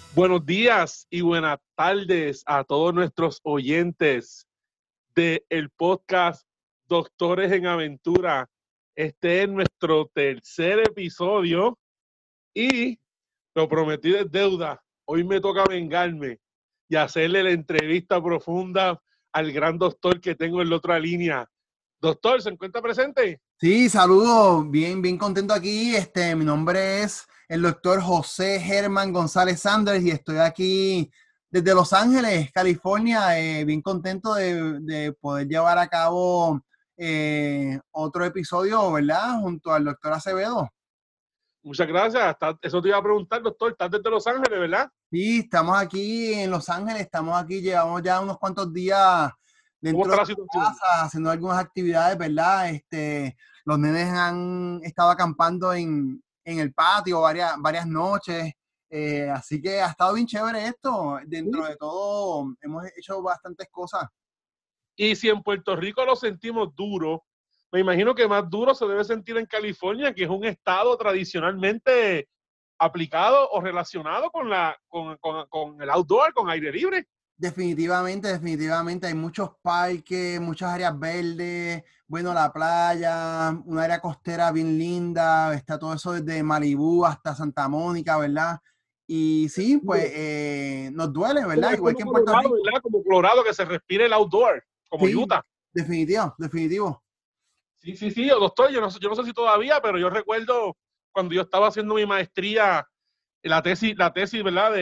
Buenos días y buenas tardes a todos nuestros oyentes del podcast Doctores en Aventura. Este es nuestro tercer episodio y lo prometido es deuda. Hoy me toca vengarme y hacerle la entrevista profunda al gran doctor que tengo en la otra línea. Doctor, ¿se encuentra presente? Sí, saludos, bien contento aquí. Mi nombre es el doctor José Germán González Sanders y estoy aquí desde Los Ángeles, California, bien contento de poder llevar a cabo otro episodio, ¿verdad? Junto al doctor Acevedo. Muchas gracias. Eso te iba a preguntar, doctor. Estás desde Los Ángeles, ¿verdad? Sí, estamos aquí en Los Ángeles, estamos aquí, llevamos ya unos cuantos días ¿Cómo dentro está de la la situación? casa haciendo algunas actividades, ¿verdad? Los nenes han estado acampando en el patio varias noches, así que ha estado bien chévere esto. Dentro de todo, hemos hecho bastantes cosas. Y si en Puerto Rico lo sentimos duro, me imagino que más duro se debe sentir en California, que es un estado tradicionalmente aplicado o relacionado con el outdoor, con aire libre. Definitivamente hay muchos parques, muchas áreas verdes, bueno, la playa, una área costera bien linda, está todo eso desde Malibú hasta Santa Mónica, ¿verdad? Y sí, pues nos duele, ¿verdad? Es Igual como que en Puerto Colorado, Rico. ¿verdad? Como Colorado que se respire el outdoor, como Sí, Utah. definitivo. Sí, doctor, yo no sé si todavía, pero yo recuerdo cuando yo estaba haciendo mi maestría, ¿verdad?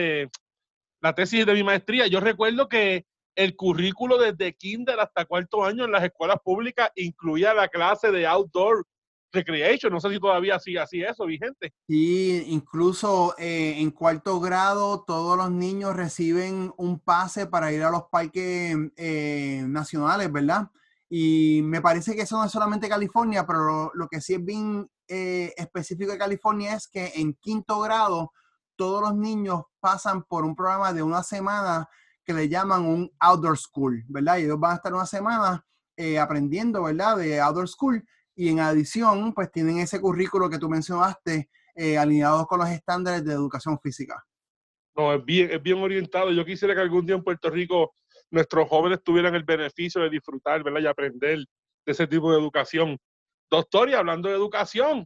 La tesis de mi maestría, yo recuerdo que el currículo desde kinder hasta cuarto año en las escuelas públicas incluía la clase de outdoor recreation. No sé si todavía sigue así eso, vigente. Sí, incluso en cuarto grado todos los niños reciben un pase para ir a los parques nacionales, ¿verdad? Y me parece que eso no es solamente California, pero lo que sí es bien específico de California es que en quinto grado todos los niños pasan por un programa de una semana que le llaman un outdoor school, ¿verdad? Y ellos van a estar una semana aprendiendo, ¿verdad? De outdoor school. Y en adición, pues tienen ese currículo que tú mencionaste alineados con los estándares de educación física. No, es bien orientado. Yo quisiera que algún día en Puerto Rico nuestros jóvenes tuvieran el beneficio de disfrutar, ¿verdad? Y aprender de ese tipo de educación. Doctor, y hablando de educación,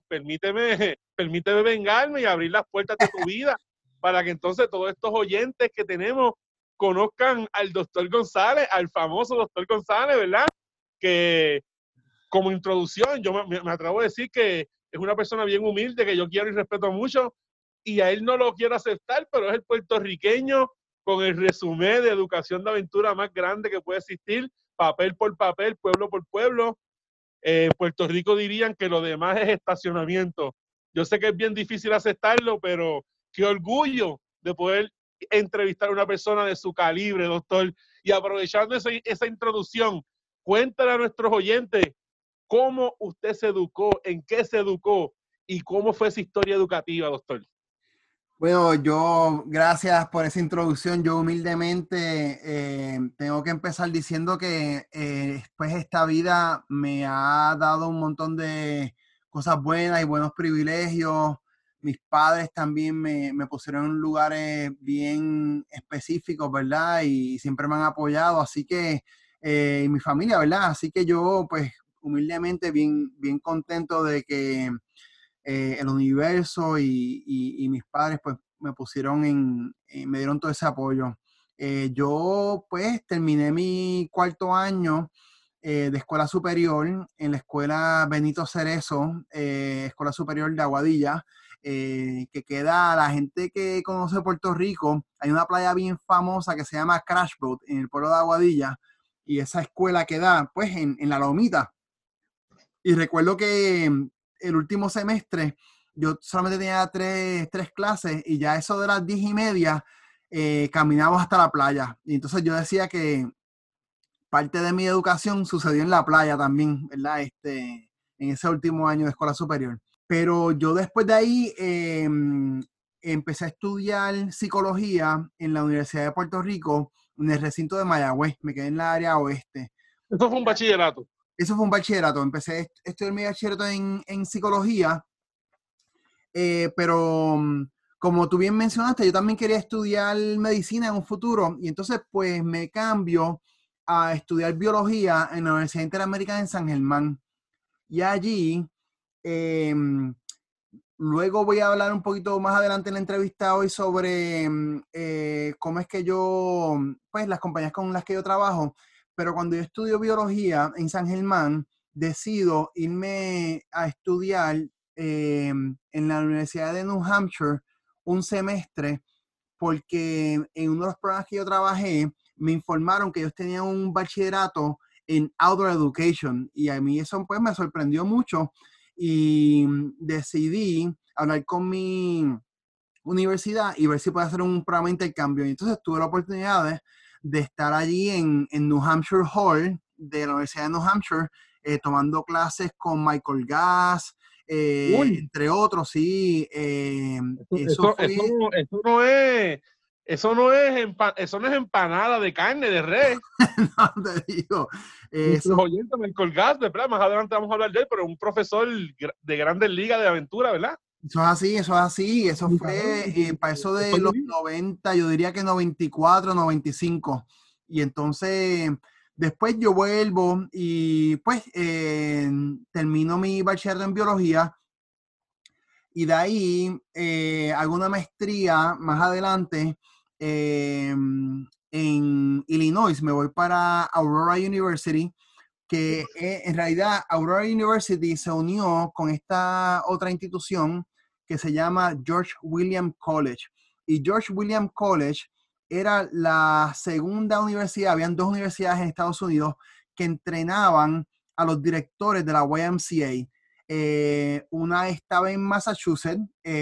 permíteme vengarme y abrir las puertas de tu vida para que entonces todos estos oyentes que tenemos conozcan al doctor González, al famoso doctor González, ¿verdad? Que como introducción, yo me atrevo a decir que es una persona bien humilde, que yo quiero y respeto mucho, y a él no lo quiero aceptar, pero es el puertorriqueño con el resumen de educación de aventura más grande que puede existir, papel por papel, pueblo por pueblo. En Puerto Rico dirían que lo demás es estacionamiento. Yo sé que es bien difícil aceptarlo, pero qué orgullo de poder entrevistar a una persona de su calibre, doctor. Y aprovechando esa introducción, cuéntale a nuestros oyentes cómo usted se educó, en qué se educó y cómo fue esa historia educativa, doctor. Bueno, yo, gracias por esa introducción. Yo humildemente tengo que empezar diciendo que pues esta vida me ha dado un montón de cosas buenas y buenos privilegios. Mis padres también me pusieron en lugares bien específicos, ¿verdad? Y siempre me han apoyado, así que, y mi familia, ¿verdad? Así que yo, pues, humildemente bien contento de que el universo y mis padres pues me pusieron me dieron todo ese apoyo. Yo pues terminé mi cuarto año de escuela superior en la escuela Benito Cerezo, escuela superior de Aguadilla, que queda, la gente que conoce Puerto Rico, hay una playa bien famosa que se llama Crash Boat en el pueblo de Aguadilla, y esa escuela queda pues en la lomita. Y recuerdo que el último semestre yo solamente tenía tres clases y ya eso de las 10:30 caminamos hasta la playa. Y entonces yo decía que parte de mi educación sucedió en la playa también, ¿verdad? En ese último año de escuela superior. Pero yo después de ahí empecé a estudiar psicología en la Universidad de Puerto Rico, en el recinto de Mayagüez. Me quedé en la área oeste. Eso fue un bachillerato. Eso fue un bachillerato. Empecé a estudiar mi bachillerato en psicología, pero como tú bien mencionaste, yo también quería estudiar medicina en un futuro y entonces pues me cambio a estudiar biología en la Universidad Interamericana en San Germán. Y allí, em, luego voy a hablar un poquito más adelante en la entrevista hoy sobre cómo es que yo, pues las compañías con las que yo trabajo, pero cuando yo estudio biología en San Germán, decido irme a estudiar en la Universidad de New Hampshire un semestre porque en uno de los programas que yo trabajé me informaron que ellos tenían un bachillerato en Outdoor Education y a mí eso pues me sorprendió mucho y decidí hablar con mi universidad y ver si puedo hacer un programa de intercambio. Y entonces tuve la oportunidad de estar allí en New Hampshire Hall de la Universidad de New Hampshire tomando clases con Michael Gass, Uy, entre otros, sí. eso, Eso eso, fue, eso, no- eso no es empanada de carne de res. no te digo, Nuestros eso, oyentes me colgaste, ¿verdad? Más adelante vamos a hablar de él, pero un profesor de grandes ligas de aventura, ¿verdad? eso es así, eso es así. Eso Mi cabrón, fue para eso de después los de mí. 90 yo diría que 94, 95. Y entonces, después yo vuelvo y pues termino mi bachillerato en biología y de ahí hago una maestría más adelante en Illinois. Me voy para Aurora University que en realidad Aurora University se unió con esta otra institución que se llama George William College. Y George William College era la segunda universidad, habían dos universidades en Estados Unidos que entrenaban a los directores de la YMCA. Una estaba en Massachusetts,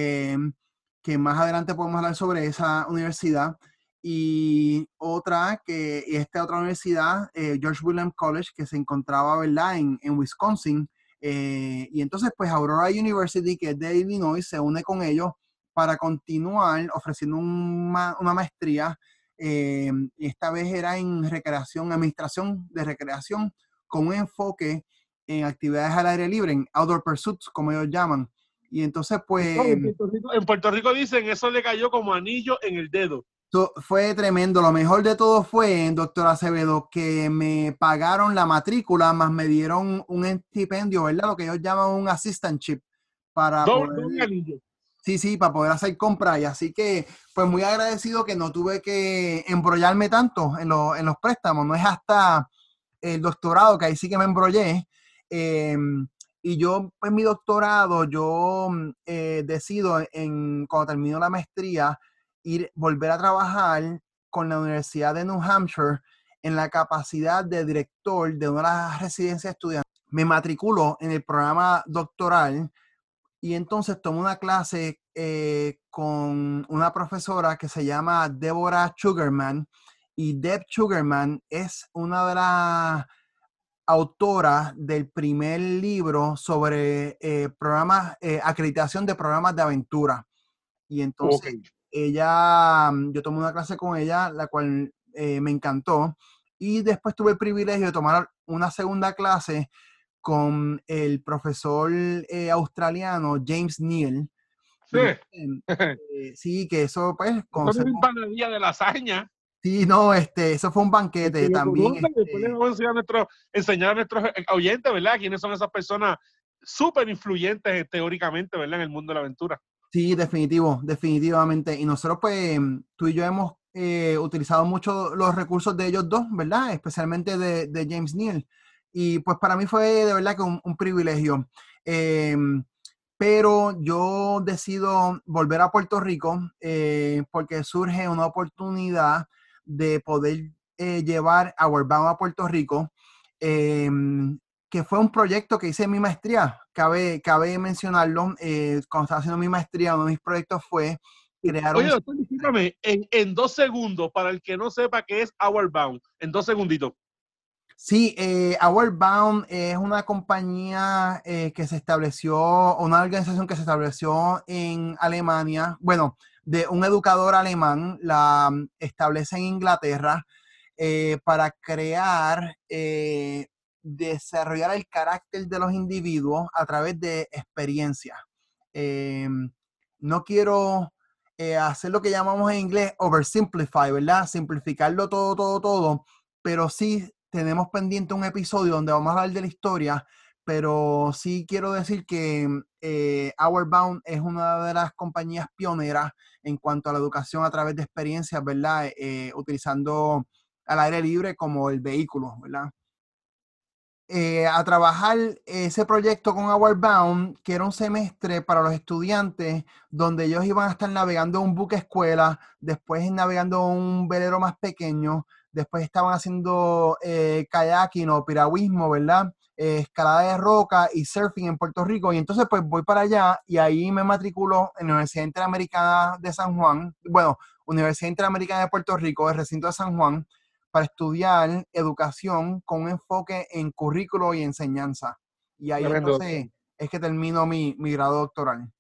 que más adelante podemos hablar sobre esa universidad, y otra y esta otra universidad, George William College, que se encontraba, ¿verdad?, en Wisconsin. Y entonces, pues Aurora University, que es de Illinois, se une con ellos para continuar ofreciendo una maestría. Esta vez era en recreación, administración de recreación, con un enfoque en actividades al aire libre, en outdoor pursuits, como ellos llaman. Y entonces, No, pues, En Puerto Rico dicen, eso le cayó como anillo en el dedo. fue tremendo. Lo mejor de todo fue, doctor Acevedo, que me pagaron la matrícula, más me dieron un estipendio, ¿verdad? Lo que ellos llaman un assistantship para poder, Doble anillo. sí, sí, para poder hacer compras. Y así que, pues muy agradecido que no tuve que embrollarme tanto en los préstamos. No es hasta el doctorado que ahí sí que me embrollé. Eh, y yo, pues mi doctorado, yo decido cuando termino la maestría, volver a trabajar con la Universidad de New Hampshire en la capacidad de director de una de las residencias estudiantiles. Me matriculo en el programa doctoral y entonces tomo una clase con una profesora que se llama Deborah Sugarman. Y Deb Sugarman es una de las autoras del primer libro sobre programas, acreditación de programas de aventura. Y Ok. entonces yo tomé una clase con ella, la cual me encantó. Y después tuve el privilegio de tomar una segunda clase con el profesor australiano James Neal. Sí. Y sí, que eso pues Eso no es conservo. empanadilla de lasaña. Sí, no, eso fue un El que banquete lo también. conozca, y después les vamos a enseñar a nuestros oyentes, ¿verdad? Quiénes son esas personas súper influyentes teóricamente, ¿verdad? En el mundo de la aventura. Sí, definitivo, definitivamente. Y nosotros, pues, tú y yo hemos utilizado mucho los recursos de ellos dos, ¿verdad? Especialmente de James Neal. Y pues para mí fue de verdad que un privilegio. Eh, pero yo decido volver a Puerto Rico porque surge una oportunidad de poder llevar a Bound a Puerto Rico. Eh, que fue un proyecto que hice en mi maestría. Cabe mencionarlo, cuando estaba haciendo mi maestría, uno de mis proyectos fue crear Oye, un... doctor, discúlpame, en 2 segundos, para el que no sepa qué es Outward Bound, en 2 segunditos. Sí, Outward Bound es una compañía que se estableció, una organización que se estableció en Alemania, bueno, de un educador alemán, la establece en Inglaterra para crear, desarrollar el carácter de los individuos a través de experiencias. No quiero hacer lo que llamamos en inglés oversimplify, ¿verdad? Simplificarlo todo, pero sí tenemos pendiente un episodio donde vamos a hablar de la historia, pero sí quiero decir que Outward Bound es una de las compañías pioneras en cuanto a la educación a través de experiencias, ¿verdad? Utilizando al aire libre como el vehículo, ¿verdad? A trabajar ese proyecto con Outward Bound, que era un semestre para los estudiantes, donde ellos iban a estar navegando un buque escuela, después navegando un velero más pequeño, después estaban haciendo kayaking o piragüismo, ¿verdad? Escalada de roca y surfing en Puerto Rico. Y entonces pues voy para allá y ahí me matriculo en la Universidad Interamericana de San Juan, bueno, Universidad Interamericana de Puerto Rico, el recinto de San Juan, para estudiar educación con un enfoque en currículo y enseñanza. Y ahí Tremendo. entonces es que termino mi grado doctoral.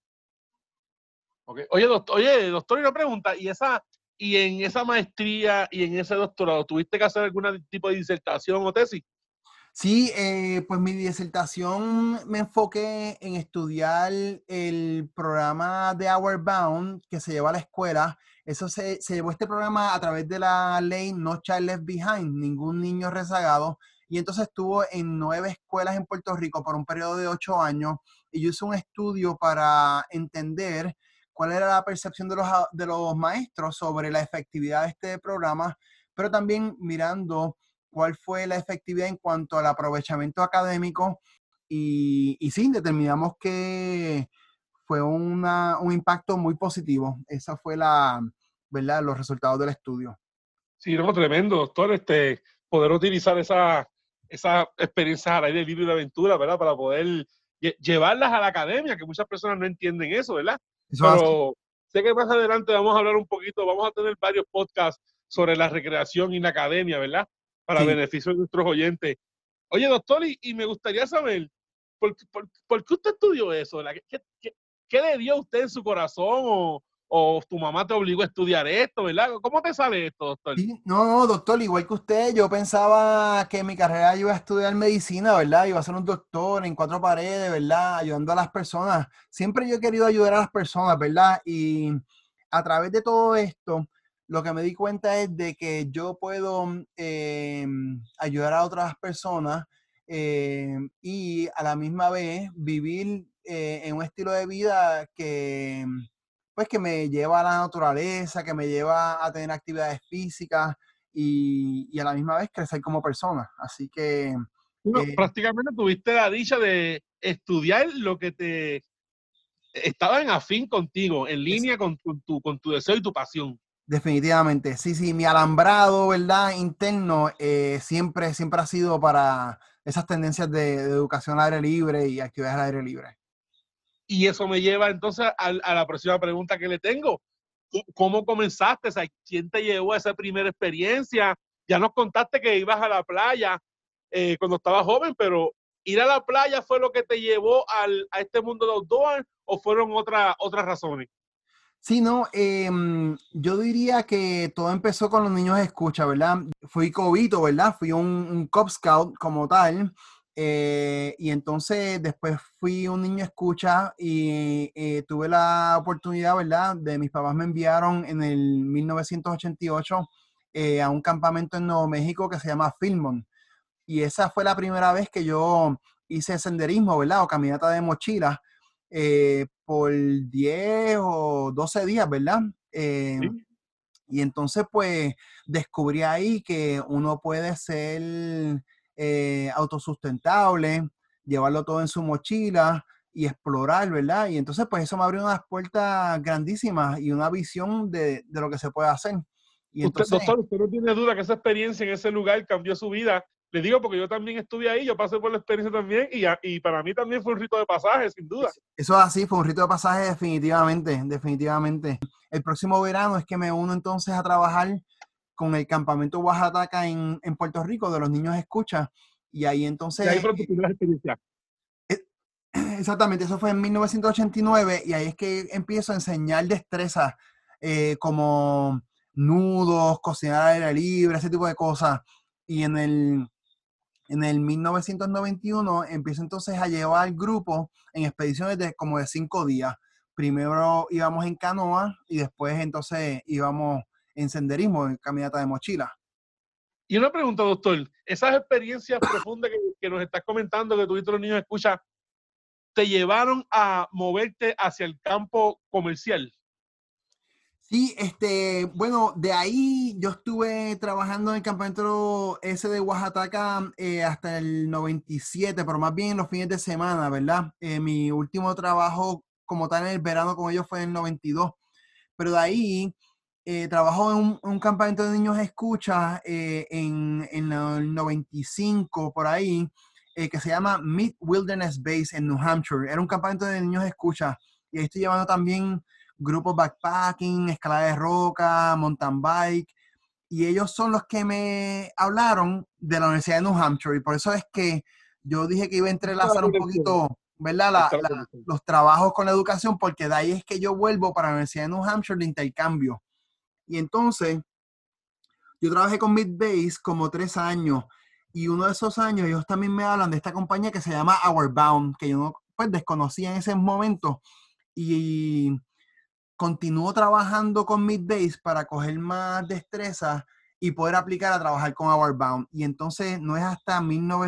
Okay. Doctor, y una pregunta, y en esa maestría y en ese doctorado, ¿tuviste que hacer algún tipo de disertación o tesis? Sí, pues mi disertación me enfoqué en estudiar el programa de Outward Bound que se lleva a la escuela. Eso se llevó este programa a través de la ley No Child Left Behind, ningún niño rezagado. Y entonces estuvo en 9 escuelas en Puerto Rico por un periodo de 8 años. Y yo hice un estudio para entender cuál era la percepción de los maestros sobre la efectividad de este programa, pero también mirando cuál fue la efectividad en cuanto al aprovechamiento académico y sí, determinamos que fue un impacto muy positivo. Esa fue ¿verdad? Los resultados del estudio. Sí, no, tremendo, doctor, poder utilizar esas experiencias al aire libre de aventura, ¿verdad? Para poder llevarlas a la academia, que muchas personas no entienden eso, ¿verdad? Eso es así. Pero sé que más adelante vamos a hablar un poquito, vamos a tener varios podcasts sobre la recreación y la academia, ¿verdad? Para Sí. beneficio de nuestros oyentes. Oye, doctor, y me gustaría saber, ¿por qué usted estudió eso? ¿Verdad? ¿Qué le dio a usted en su corazón o tu mamá te obligó a estudiar esto, ¿verdad? ¿Cómo te sale esto, doctor? Sí, no, doctor, igual que usted, yo pensaba que en mi carrera yo iba a estudiar medicina, ¿verdad? Iba a ser un doctor en 4 paredes, ¿verdad? Ayudando a las personas. Siempre yo he querido ayudar a las personas, ¿verdad? Y a través de todo esto, lo que me di cuenta es de que yo puedo ayudar a otras personas y a la misma vez vivir en un estilo de vida que pues que me lleva a la naturaleza, que me lleva a tener actividades físicas y a la misma vez crecer como persona. Así que Bueno, eh, prácticamente tuviste la dicha de estudiar lo que te estaba en afín contigo, en es línea con tu deseo y tu pasión. definitivamente, sí, mi alambrado, ¿verdad? Interno siempre ha sido para esas tendencias de educación al aire libre y actividades al aire libre. Y eso me lleva entonces a la próxima pregunta que le tengo. ¿Cómo comenzaste? O sea, ¿quién te llevó a esa primera experiencia? Ya nos contaste que ibas a la playa cuando estabas joven, pero ¿ir a la playa fue lo que te llevó a este mundo de outdoor o fueron otras razones? Sí, no, yo diría que todo empezó con los niños de escucha, ¿verdad? Fui cobito, ¿verdad? Fui un Cub Scout como tal. Y entonces después fui un niño escucha y tuve la oportunidad, ¿verdad? Mis papás me enviaron en el 1988 a un campamento en Nuevo México que se llama Philmont. Y esa fue la primera vez que yo hice senderismo, ¿verdad? O caminata de mochila por 10 o 12 días, ¿verdad? ¿Sí? Y entonces pues descubrí ahí que uno puede ser autosustentable, llevarlo todo en su mochila y explorar, ¿verdad? Y entonces pues eso me abrió unas puertas grandísimas y una visión de lo que se puede hacer. Y Usted, entonces, doctor, usted no tiene duda que esa experiencia en ese lugar cambió su vida. Le digo porque yo también estuve ahí, yo pasé por la experiencia también y para mí también fue un rito de pasaje, sin duda. eso es así, fue un rito de pasaje definitivamente. El próximo verano es que me uno entonces a trabajar con el campamento Oaxaca en Puerto Rico de los niños escucha. Y ahí Y ahí entonces, fueron tus primeras experiencias. eh, exactamente, eso fue en 1989 y ahí es que empiezo a enseñar destrezas como nudos, cocinar al aire libre, ese tipo de cosas. Y en el 1991 empiezo entonces a llevar grupos en expediciones como de 5 días primero íbamos en canoa y después entonces íbamos en senderismo, en caminata de mochila. Y una pregunta, doctor, esas experiencias profundas que nos estás comentando, que tuviste los niños escucha, ¿te llevaron a moverte hacia el campo comercial? Sí, bueno, de ahí yo estuve trabajando en el campamento ese de Oaxaca hasta el 97, pero más bien en los fines de semana, ¿verdad? Mi último trabajo como tal en el verano con ellos fue en el 92, pero de ahí trabajo en un campamento de niños escucha en el 95, por ahí, que se llama Mid Wilderness Base en New Hampshire. Era un campamento de niños escucha y ahí estoy llevando también grupos backpacking, escalada de roca, mountain bike, y ellos son los que me hablaron de la Universidad de New Hampshire, y por eso es que yo dije que iba a entrelazar un poquito, ¿verdad? Ahí está la conexión. Los trabajos con la educación, porque de ahí es que yo vuelvo para la Universidad de New Hampshire de intercambio. Y entonces, yo trabajé con Midbase como 3 años, y uno de esos años ellos también me hablan de esta compañía que se llama Outbound, que yo no, pues desconocía en ese momento, y continúo trabajando con Midbase para coger más destreza y poder aplicar a trabajar con Outbound. Y entonces no es hasta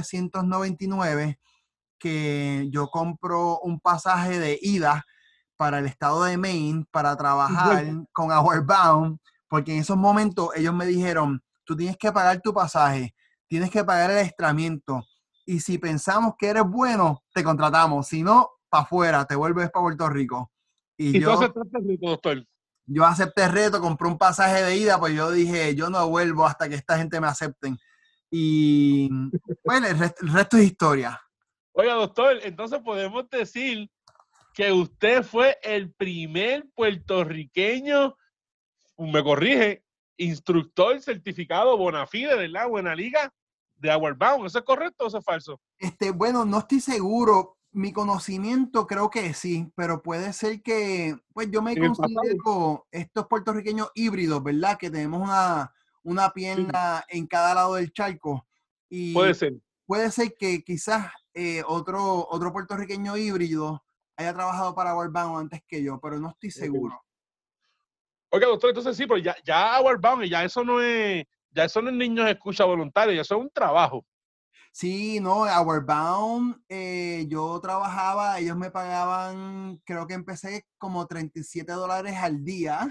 1999 que yo compro un pasaje de ida para el estado de Maine para trabajar con Outbound, porque en esos momentos ellos me dijeron, tú tienes que pagar tu pasaje, tienes que pagar el extramiento, y si pensamos que eres bueno, te contratamos, si no, para afuera, te vuelves para Puerto Rico. Y ¿Y tú aceptaste el reto, doctor? yo acepté el reto, compré un pasaje de ida, pues yo dije, yo no vuelvo hasta que esta gente me acepten. Y bueno, el resto es historia. Oiga, doctor, entonces podemos decir que usted fue el primer puertorriqueño, me corrige, instructor certificado bona fide, ¿verdad? Buena liga de Outbound. ¿Eso es correcto o eso es falso? Bueno, no estoy seguro. Mi conocimiento creo que sí, pero puede ser que, pues yo me En el pasado. considero estos puertorriqueños híbridos, ¿verdad? Que tenemos una Sí, pierna en cada lado del charco. Y puede ser. puede ser que quizás otro puertorriqueño híbrido haya trabajado para Worldbound antes que yo, pero no estoy Okay. seguro. Oiga, doctor, entonces sí, pero ya Outbound, ya eso no es niños escucha voluntarios, ya eso es un trabajo. Sí, no, Outbound, yo trabajaba, ellos me pagaban, creo que empecé como $37 al día,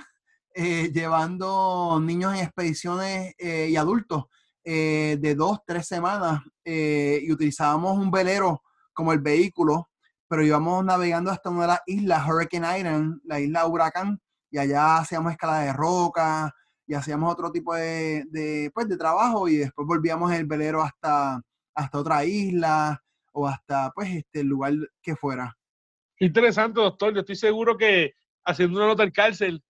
llevando niños en expediciones y adultos de 2, 3 semanas, y utilizábamos un velero como el vehículo, pero íbamos navegando hasta una de las islas, Hurricane Island, la isla Huracán, y allá hacíamos escalada de roca y hacíamos otro tipo pues, de trabajo, y después volvíamos en el velero hasta otra isla o hasta pues el lugar que fuera. Interesante, doctor. Yo estoy seguro que haciendo una nota al cárcel,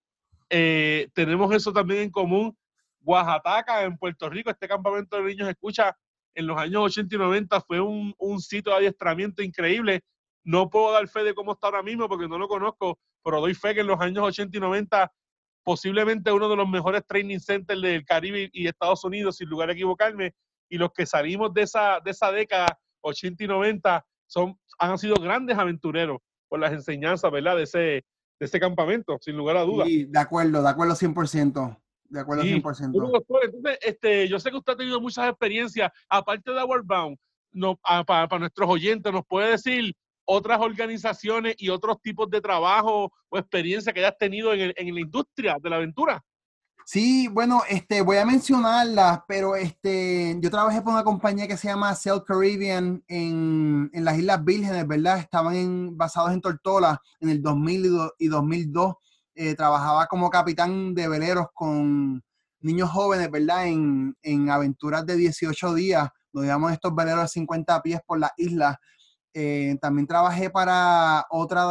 tenemos eso también en común. Oaxaca, en Puerto Rico, este campamento de niños escucha en los años 80 y 90 fue un sitio de adiestramiento increíble. No puedo dar fe de cómo está ahora mismo porque no lo conozco, pero doy fe que en los años 80 y 90 posiblemente uno de los mejores training centers del Caribe y Estados Unidos, sin lugar a equivocarme, y los que salimos de esa década, 80 y 90, han sido grandes aventureros por las enseñanzas, ¿verdad? De ese campamento, sin lugar a dudas. Sí, de acuerdo 100%, de acuerdo Sí, bueno, 100%. doctor, entonces, yo sé que usted ha tenido muchas experiencias, aparte de Outbound, no, para nuestros oyentes, ¿nos puede decir otras organizaciones y otros tipos de trabajo o experiencia que hayas tenido en la industria de la aventura? Sí, bueno, voy a mencionarlas, pero yo trabajé por una compañía que se llama Sail Caribbean en las Islas Vírgenes, ¿verdad? Estaban basados en Tortola en el 2000 y 2002. Trabajaba como capitán de veleros con niños jóvenes, ¿verdad? En aventuras de 18 días. Nos llevamos estos veleros de 50 pies por las islas. También trabajé para otra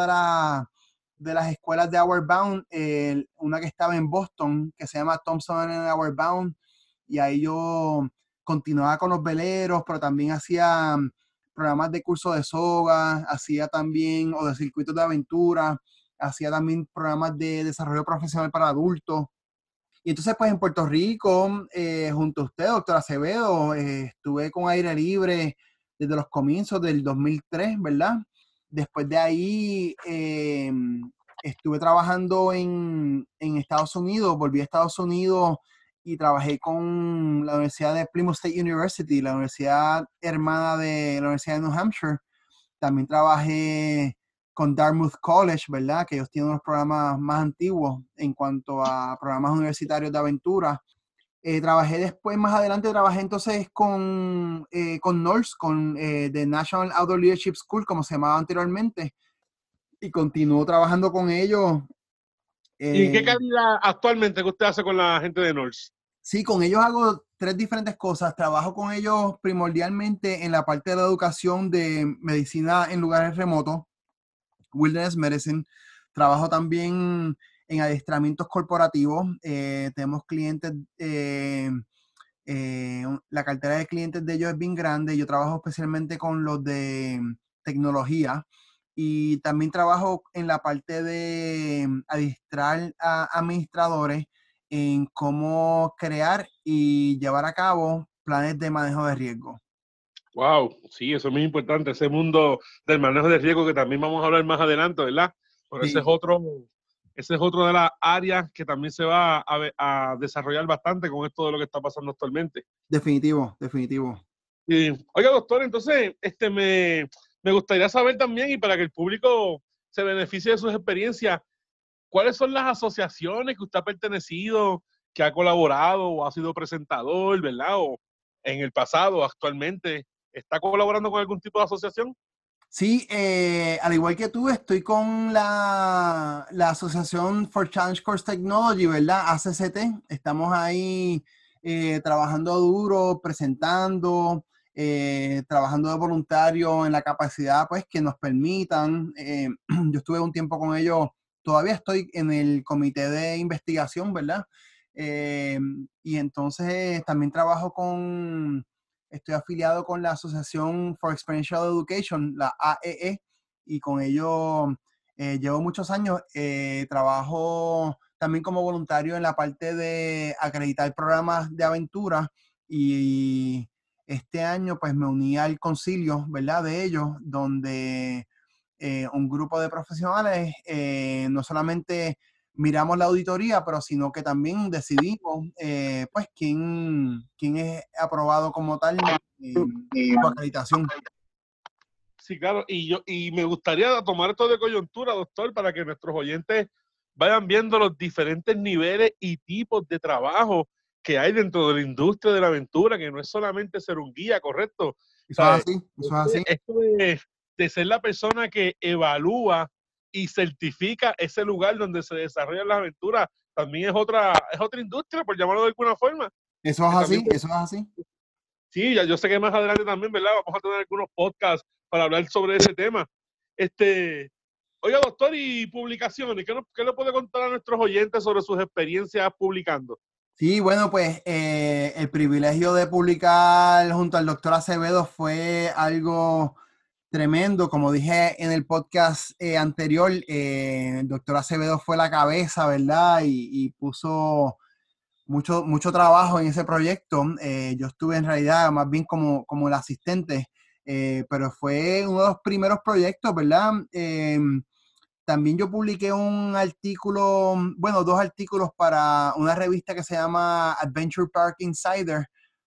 de las escuelas de Outward Bound, una que estaba en Boston, que se llama Thompson and Outward Bound, y ahí yo continuaba con los veleros, pero también hacía programas de curso de soga, hacía también, o de circuitos de aventura, hacía también programas de desarrollo profesional para adultos. Y entonces, pues en Puerto Rico, junto a usted, doctor Acevedo, estuve con Aire Libre desde los comienzos del 2003, ¿verdad? Después de ahí estuve trabajando en Estados Unidos, volví a Estados Unidos y trabajé con la Universidad de Plymouth State University, la universidad hermana de la Universidad de New Hampshire. También trabajé con Dartmouth College, ¿verdad? Que ellos tienen unos programas más antiguos en cuanto a programas universitarios de aventura. Trabajé después, más adelante, trabajé entonces con NOLS, con The National Outdoor Leadership School, como se llamaba anteriormente, y continúo trabajando con ellos. ¿Y en qué Eh, calidad actualmente que usted hace con la gente de NORS? sí, con ellos hago tres diferentes cosas. Trabajo con ellos primordialmente en la parte de la educación de medicina en lugares remotos, Wilderness Medicine. Trabajo también en adiestramientos corporativos. Tenemos clientes, la cartera de clientes de ellos es bien grande. Yo trabajo especialmente con los de tecnología y también trabajo en la parte de adiestrar a administradores en cómo crear y llevar a cabo planes de manejo de riesgo. Wow, sí, eso es muy importante, ese mundo del manejo de riesgo que también vamos a hablar más adelante, ¿verdad? Pero Sí, ese es otro de las áreas que también se va a desarrollar bastante con esto de lo que está pasando actualmente. definitivo, definitivo. Y, oiga, doctor, entonces, me gustaría saber también, y para que el público se beneficie de sus experiencias, ¿cuáles son las asociaciones que usted ha pertenecido, que ha colaborado o ha sido presentador, ¿verdad? O en el pasado, actualmente, ¿está colaborando con algún tipo de asociación? Sí, al igual que tú, estoy con la Asociación for Challenge Course Technology, ¿verdad? ACCT. Estamos ahí trabajando duro, presentando, trabajando de voluntario en la capacidad, pues, que nos permitan. Yo estuve un tiempo con ellos, todavía estoy en el comité de investigación, ¿verdad? Eh, y entonces también trabajo estoy afiliado con la Asociación for Experiential Education, la AEE, y con ello llevo muchos años. Trabajo también como voluntario en la parte de acreditar programas de aventura y este año pues me uní al concilio, ¿verdad? De ellos, donde un grupo de profesionales no solamente miramos la auditoría, pero sino que también decidimos, pues, quién es aprobado como tal en su acreditación. Sí, claro, y me gustaría tomar esto de coyuntura, doctor, para que nuestros oyentes vayan viendo los diferentes niveles y tipos de trabajo que hay dentro de la industria de la aventura, que no es solamente ser un guía, ¿correcto? Eso es ¿Sabes? así, eso es así. Esto de ser la persona que evalúa y certifica ese lugar donde se desarrollan las aventuras, también es otra industria, por llamarlo de alguna forma, Eso es que también así, eso es así. sí, ya yo sé que más adelante también, ¿verdad? Vamos a tener algunos podcasts para hablar sobre ese tema. Oiga, doctor, y publicaciones, ¿qué le puede contar a nuestros oyentes sobre sus experiencias publicando? Sí, bueno, pues el privilegio de publicar junto al doctor Acevedo fue algo tremendo. Como dije en el podcast anterior, el doctor Acevedo fue la cabeza, ¿verdad? Y puso mucho trabajo en ese proyecto. Yo estuve en realidad más bien como el asistente, pero fue uno de los primeros proyectos, ¿verdad? También yo publiqué un artículo, bueno, dos artículos para una revista que se llama Adventure Park Insider.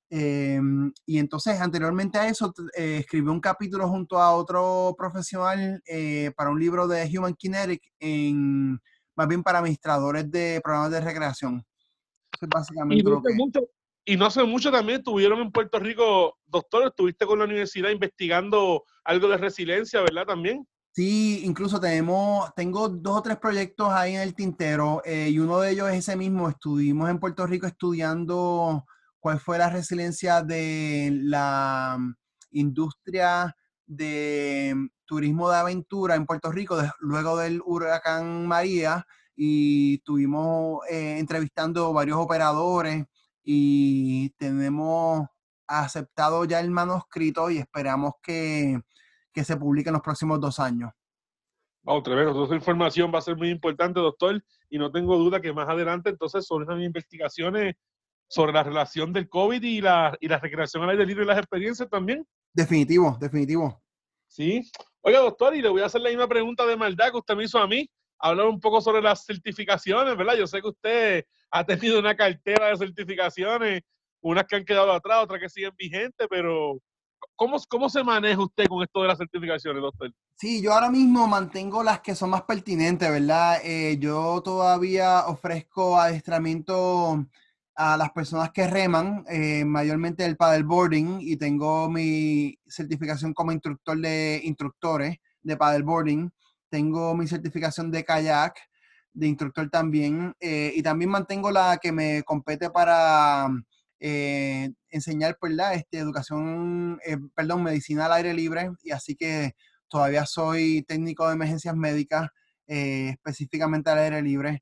Y entonces, anteriormente a eso, escribí un capítulo junto a otro profesional para un libro de Human Kinetic, más bien para administradores de programas de recreación. Eso es Y básicamente no lo hace que... mucho, y no hace mucho también estuvieron en Puerto Rico, doctor, estuviste con la universidad investigando algo de resiliencia, ¿verdad? También. Sí, incluso tengo dos o tres proyectos ahí en el tintero y uno de ellos es ese mismo. Estuvimos en Puerto Rico estudiando cuál fue la resiliencia de la industria de turismo de aventura en Puerto Rico luego del huracán María y estuvimos entrevistando varios operadores y tenemos aceptado ya el manuscrito y esperamos que se publique en los próximos 2 años. Wow, tremendo. Toda esa información va a ser muy importante, doctor, y no tengo duda que más adelante entonces sobre esas investigaciones sobre la relación del COVID y la recreación al aire libre y las experiencias también. Definitivo, definitivo. Sí. Oiga, doctor, y le voy a hacer la misma pregunta de maldad que usted me hizo a mí. hablar un poco sobre las certificaciones, ¿verdad? Yo sé que usted ha tenido una cartera de certificaciones, unas que han quedado atrás, otras que siguen vigentes, pero ¿cómo se maneja usted con esto de las certificaciones, doctor? Sí, yo ahora mismo mantengo las que son más pertinentes, ¿verdad? Yo todavía ofrezco adiestramiento a las personas que reman, mayormente el paddleboarding, y tengo mi certificación como instructor de instructores de paddleboarding. Tengo mi certificación de kayak, de instructor también, y también mantengo la que me compete para enseñar, ¿verdad? Educación, perdón, medicina al aire libre, y así que todavía soy técnico de emergencias médicas, específicamente al aire libre.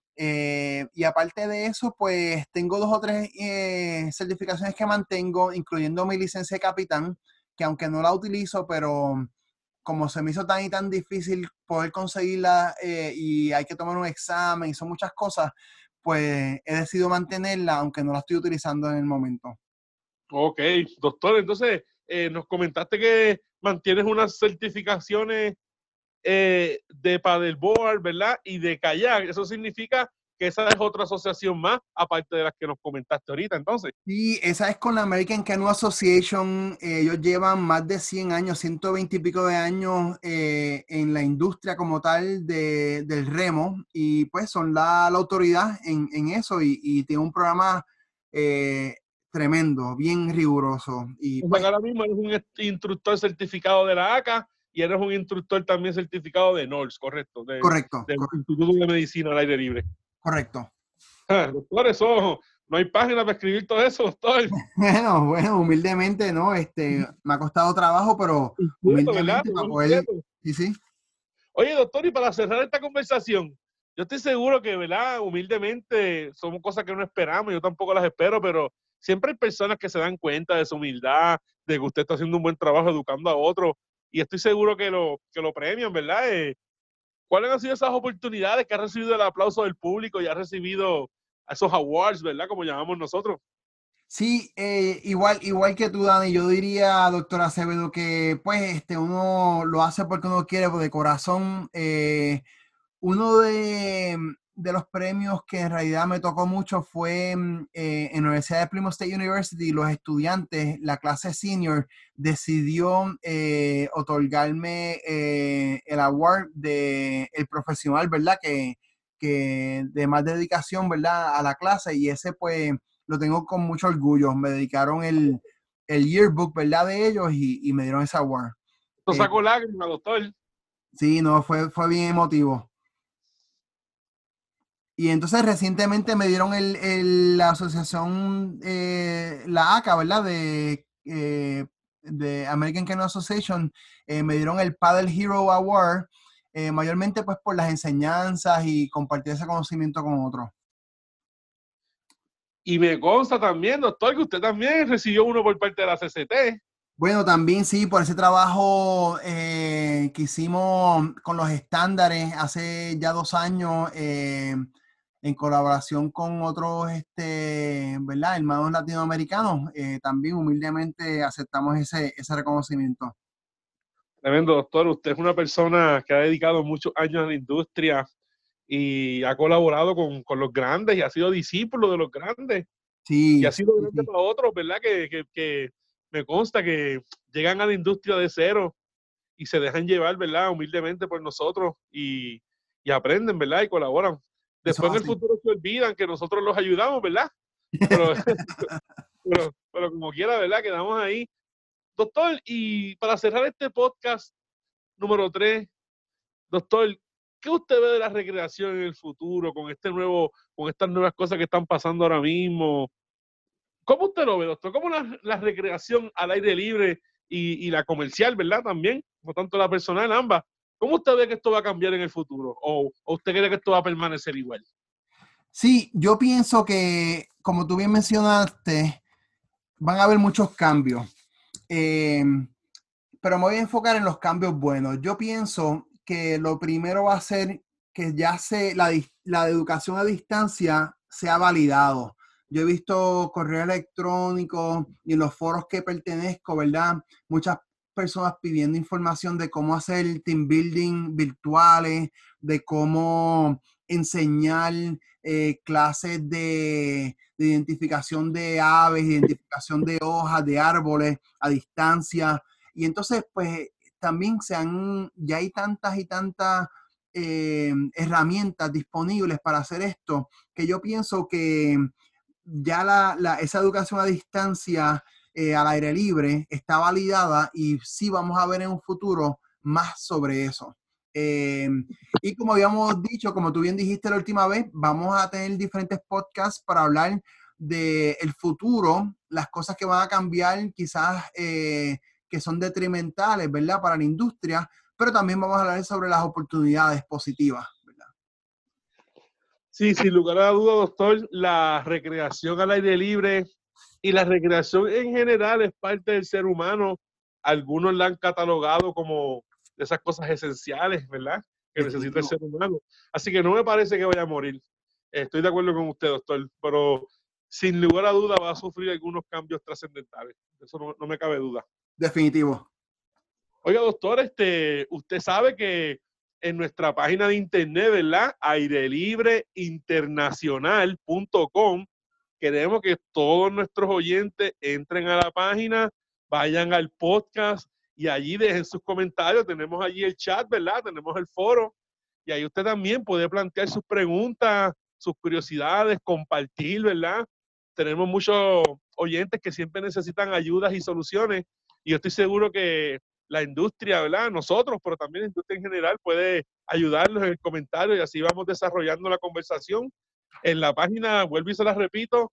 Y aparte de eso, pues tengo 2 o 3 certificaciones que mantengo, incluyendo mi licencia de capitán, que aunque no la utilizo, pero como se me hizo tan y tan difícil poder conseguirla, y hay que tomar un examen y son muchas cosas, pues he decidido mantenerla, aunque no la estoy utilizando en el momento. Ok, doctor, entonces nos comentaste que mantienes unas certificaciones de paddleboard, ¿verdad? Y de kayak. Eso significa que esa es otra asociación más, aparte de las que nos comentaste ahorita, entonces. Sí, esa es con la American Canoe Association. Ellos llevan más de 100 años, 120 y pico de años en la industria como tal del remo, y pues son la autoridad en eso, y tiene un programa eh, tremendo, bien riguroso. Y O sea pues, que ahora mismo eres un instructor certificado de la ACA y eres un instructor también certificado de NORS, correcto, correcto, del Instituto de Medicina al Aire Libre. correcto. Doctor, eso, no hay página para escribir todo eso, doctor. Bueno, humildemente, ¿no? Me ha costado trabajo, pero Inquieto, ¿verdad? humildemente para Muy poder, inquieto. sí, sí. Oye, doctor, y para cerrar esta conversación, yo estoy seguro que, ¿verdad? Humildemente, somos cosas que no esperamos, yo tampoco las espero, pero siempre hay personas que se dan cuenta de su humildad, de que usted está haciendo un buen trabajo educando a otros, y estoy seguro que lo premian, ¿verdad? ¿Cuáles han sido esas oportunidades que ha recibido el aplauso del público y ha recibido esos awards, ¿verdad? Como llamamos nosotros. Sí, igual que tú, Dani, yo diría, doctor Acevedo, que pues uno lo hace porque uno quiere, pues, de corazón. Uno de los premios que en realidad me tocó mucho fue en la Universidad de Plymouth State University. Los estudiantes, la clase senior, decidió otorgarme el award de el profesional, ¿verdad? Que de más dedicación, ¿verdad? A la clase, y ese pues lo tengo con mucho orgullo. Me dedicaron el yearbook, ¿verdad? De ellos, y me dieron ese award. Esto Eh, sacó lágrimas, doctor. sí, no, fue bien emotivo. Y entonces recientemente me dieron la asociación, la ACA, ¿verdad? De American Canoe Association. Me dieron el Paddle Hero Award, mayormente pues por las enseñanzas y compartir ese conocimiento con otros. Y me consta también, doctor, que usted también recibió uno por parte de la CCT. Bueno, también sí, por ese trabajo que hicimos con los estándares hace ya 2 años, en colaboración con otros, ¿verdad? Hermanos latinoamericanos, también humildemente aceptamos ese reconocimiento. Tremendo, doctor. Usted es una persona que ha dedicado muchos años a la industria y ha colaborado con los grandes y ha sido discípulo de los grandes y Sí, ha sido sí, grande sí. para otros, ¿verdad? Que me consta que llegan a la industria de cero y se dejan llevar, ¿verdad? Humildemente por nosotros y aprenden, ¿verdad? Y colaboran. Eso Después es en el así. futuro se olvidan que nosotros los ayudamos, ¿verdad? Pero, pero como quiera, ¿verdad? Quedamos ahí. Doctor, y para cerrar este podcast número 3, doctor, ¿qué usted ve de la recreación en el futuro con estas nuevas cosas que están pasando ahora mismo? ¿Cómo usted lo ve, doctor? ¿Cómo la recreación al aire libre y la comercial, ¿verdad? También, no tanto la personal, ambas. ¿Cómo usted ve que esto va a cambiar en el futuro? ¿O usted cree que esto va a permanecer igual? Sí, yo pienso que, como tú bien mencionaste, van a haber muchos cambios. Eh, pero me voy a enfocar en los cambios buenos. Yo pienso que lo primero va a ser que ya la educación a distancia sea validado. Yo he visto correo electrónico y en los foros que pertenezco, ¿verdad? Muchas personas pidiendo información de cómo hacer team building virtuales, de cómo enseñar clases de identificación de aves, identificación de hojas, de árboles a distancia. Y entonces, pues, también ya hay tantas y tantas herramientas disponibles para hacer esto, que yo pienso que ya esa educación a distancia al aire libre está validada y sí vamos a ver en un futuro más sobre eso. Y como habíamos dicho, como tú bien dijiste la última vez, vamos a tener diferentes podcasts para hablar del futuro, las cosas que van a cambiar quizás que son detrimentales, ¿verdad? Para la industria, pero también vamos a hablar sobre las oportunidades positivas, ¿verdad? Sí, sin lugar a duda, doctor, la recreación al aire libre y la recreación en general es parte del ser humano. Algunos la han catalogado como de esas cosas esenciales, ¿verdad? Que necesita el ser humano. Así que no me parece que vaya a morir. Estoy de acuerdo con usted, doctor, pero sin lugar a duda va a sufrir algunos cambios trascendentales. Eso no me cabe duda. Definitivo. Oiga, doctor, usted sabe que en nuestra página de internet, ¿verdad? airelibreinternacional.com, queremos que todos nuestros oyentes entren a la página, vayan al podcast y allí dejen sus comentarios. Tenemos allí el chat, ¿verdad? Tenemos el foro y ahí usted también puede plantear sus preguntas, sus curiosidades, compartir, ¿verdad? Tenemos muchos oyentes que siempre necesitan ayudas y soluciones y yo estoy seguro que la industria, ¿verdad? Nosotros, pero también la industria en general puede ayudarnos en el comentario y así vamos desarrollando la conversación. En la página, vuelvo y se la repito,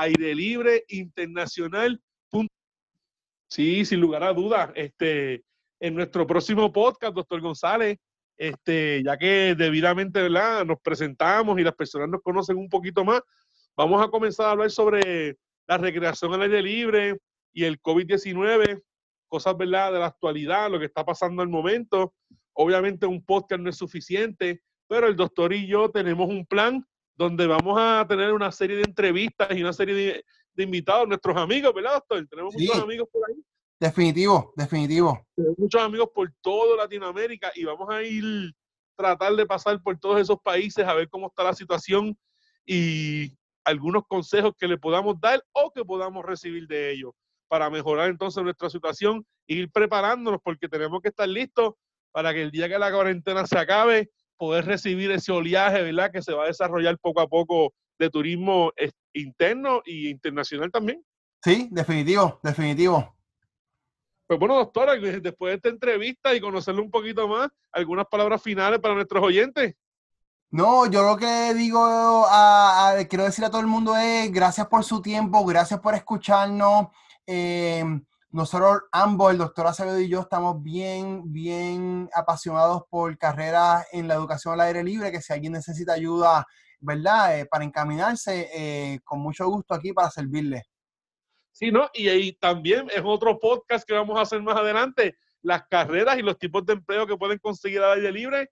airelibreinternacional.com. Sí, sin lugar a dudas. En nuestro próximo podcast, doctor González, ya que debidamente, ¿verdad? Nos presentamos y las personas nos conocen un poquito más, vamos a comenzar a hablar sobre la recreación al aire libre y el COVID-19, cosas, ¿verdad?, de la actualidad, lo que está pasando al momento. Obviamente un podcast no es suficiente, pero el doctor y yo tenemos un plan donde vamos a tener una serie de entrevistas y una serie de invitados, nuestros amigos, ¿verdad, doctor? Tenemos Sí, muchos amigos por ahí. definitivo, definitivo. Tenemos muchos amigos por toda Latinoamérica y vamos a ir tratar de pasar por todos esos países a ver cómo está la situación y algunos consejos que le podamos dar o que podamos recibir de ellos para mejorar entonces nuestra situación e ir preparándonos porque tenemos que estar listos para que el día que la cuarentena se acabe, poder recibir ese oleaje, ¿verdad?, que se va a desarrollar poco a poco de turismo interno e internacional también. Sí, definitivo, definitivo. Pues bueno, doctora, después de esta entrevista y conocerlo un poquito más, algunas palabras finales para nuestros oyentes. No, yo lo que digo, quiero decir a todo el mundo es gracias por su tiempo, gracias por escucharnos. Eh, Nosotros ambos, el doctor Acevedo y yo, estamos bien apasionados por carreras en la educación al aire libre, que si alguien necesita ayuda, ¿verdad? Para encaminarse, con mucho gusto aquí para servirle. Sí, ¿no? Y ahí también es otro podcast que vamos a hacer más adelante, las carreras y los tipos de empleo que pueden conseguir al aire libre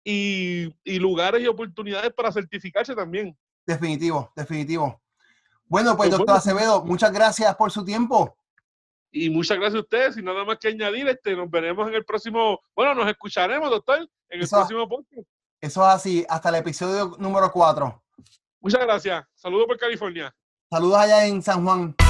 y lugares y oportunidades para certificarse también. Definitivo, definitivo. Bueno, pues Pues doctor bueno, Acevedo, muchas gracias por su tiempo. y muchas gracias a ustedes. Y nada más que añadir, nos veremos en el próximo, bueno, nos escucharemos, doctor, en el Eso, próximo podcast. eso es así, hasta el episodio número 4. Muchas gracias. Saludos por California. Saludos allá en San Juan.